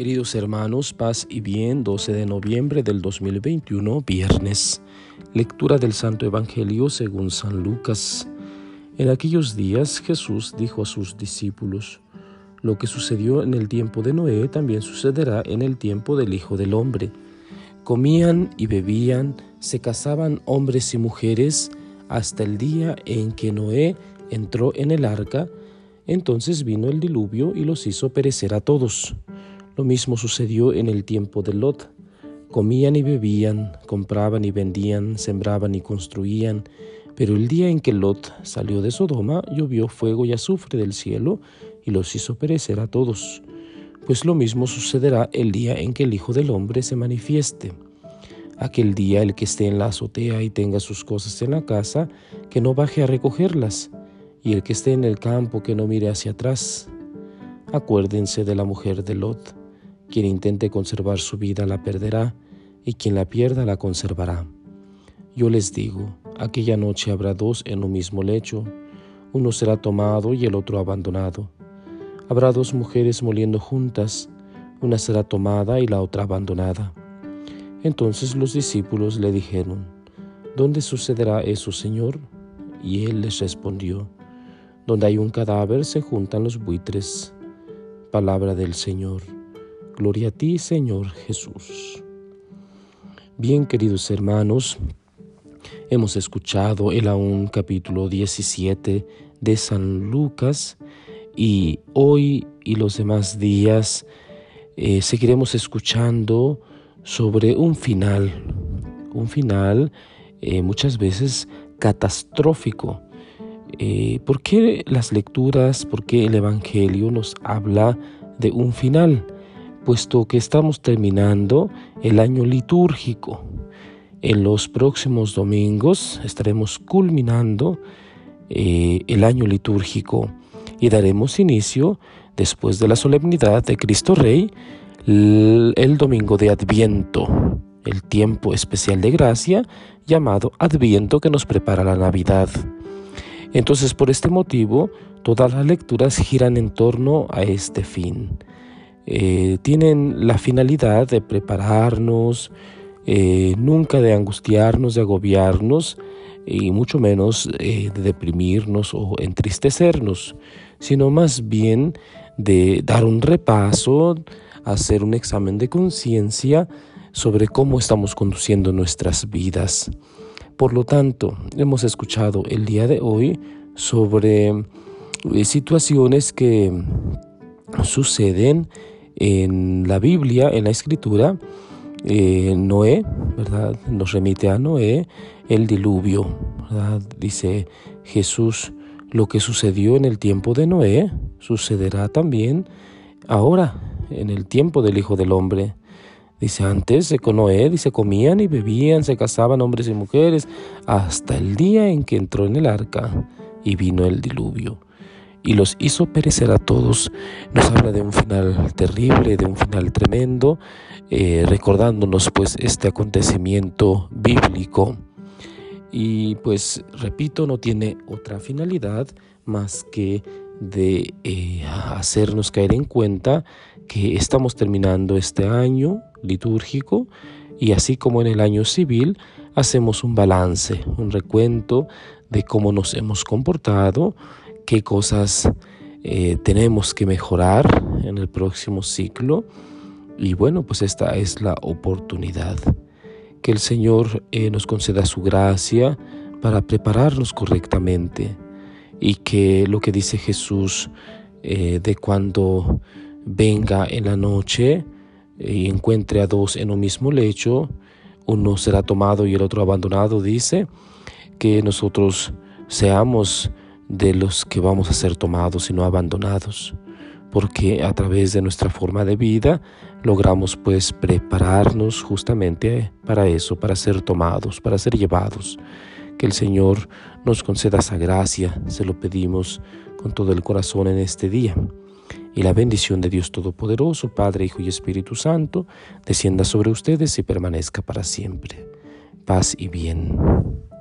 Queridos hermanos, paz y bien, 12 de noviembre del 2021, viernes. Lectura del Santo Evangelio según San Lucas. En aquellos días Jesús dijo a sus discípulos: lo que sucedió en el tiempo de Noé también sucederá en el tiempo del Hijo del Hombre. Comían y bebían, se casaban hombres y mujeres, hasta el día en que Noé entró en el arca. Entonces vino el diluvio y los hizo perecer a todos. Lo mismo sucedió en el tiempo de Lot. Comían y bebían, compraban y vendían, sembraban y construían. Pero el día en que Lot salió de Sodoma, llovió fuego y azufre del cielo y los hizo perecer a todos. Pues lo mismo sucederá el día en que el Hijo del Hombre se manifieste. Aquel día el que esté en la azotea y tenga sus cosas en la casa, que no baje a recogerlas, y el que esté en el campo, que no mire hacia atrás. Acuérdense de la mujer de Lot. Quien intente conservar su vida la perderá, y quien la pierda la conservará. Yo les digo, aquella noche habrá dos en un mismo lecho, uno será tomado y el otro abandonado. Habrá dos mujeres moliendo juntas, una será tomada y la otra abandonada. Entonces los discípulos le dijeron: ¿dónde sucederá eso, Señor? Y él les respondió: donde hay un cadáver se juntan los buitres. Palabra del Señor. Gloria a ti, Señor Jesús. Bien, queridos hermanos, hemos escuchado el aún capítulo 17 de San Lucas, y hoy y los demás días seguiremos escuchando sobre un final muchas veces catastrófico. ¿Por qué las lecturas, por qué el Evangelio nos habla de un final? Puesto que estamos terminando el año litúrgico. En los próximos domingos estaremos culminando el año litúrgico y daremos inicio, después de la solemnidad de Cristo Rey, el domingo de Adviento, el tiempo especial de gracia llamado Adviento, que nos prepara la Navidad. Entonces, por este motivo, todas las lecturas giran en torno a este fin. Tienen la finalidad de prepararnos, nunca de angustiarnos, de agobiarnos, y mucho menos de deprimirnos o entristecernos, sino más bien de dar un repaso, hacer un examen de conciencia sobre cómo estamos conduciendo nuestras vidas. Por lo tanto, hemos escuchado el día de hoy sobre situaciones que suceden en la Biblia, en la Escritura. Noé, ¿verdad? Nos remite a Noé, el diluvio, ¿verdad? Dice Jesús: lo que sucedió en el tiempo de Noé sucederá también ahora, en el tiempo del Hijo del Hombre. Dice, antes con Noé, comían y bebían, se casaban hombres y mujeres, hasta el día en que entró en el arca y vino el diluvio y los hizo perecer a todos. Nos habla de un final terrible, de un final tremendo, recordándonos pues este acontecimiento bíblico. Y pues repito, no tiene otra finalidad más que de hacernos caer en cuenta que estamos terminando este año litúrgico, y así como en el año civil hacemos un balance, un recuento de cómo nos hemos comportado, qué cosas tenemos que mejorar en el próximo ciclo. Y bueno, pues esta es la oportunidad. Que el Señor nos conceda su gracia para prepararnos correctamente, y que lo que dice Jesús de cuando venga en la noche y encuentre a dos en un mismo lecho, uno será tomado y el otro abandonado, dice que nosotros seamos de los que vamos a ser tomados y no abandonados, porque a través de nuestra forma de vida logramos pues prepararnos justamente para eso, para ser tomados, para ser llevados. Que el Señor nos conceda esa gracia, se lo pedimos con todo el corazón en este día. Y la bendición de Dios Todopoderoso, Padre, Hijo y Espíritu Santo, descienda sobre ustedes y permanezca para siempre. Paz y bien.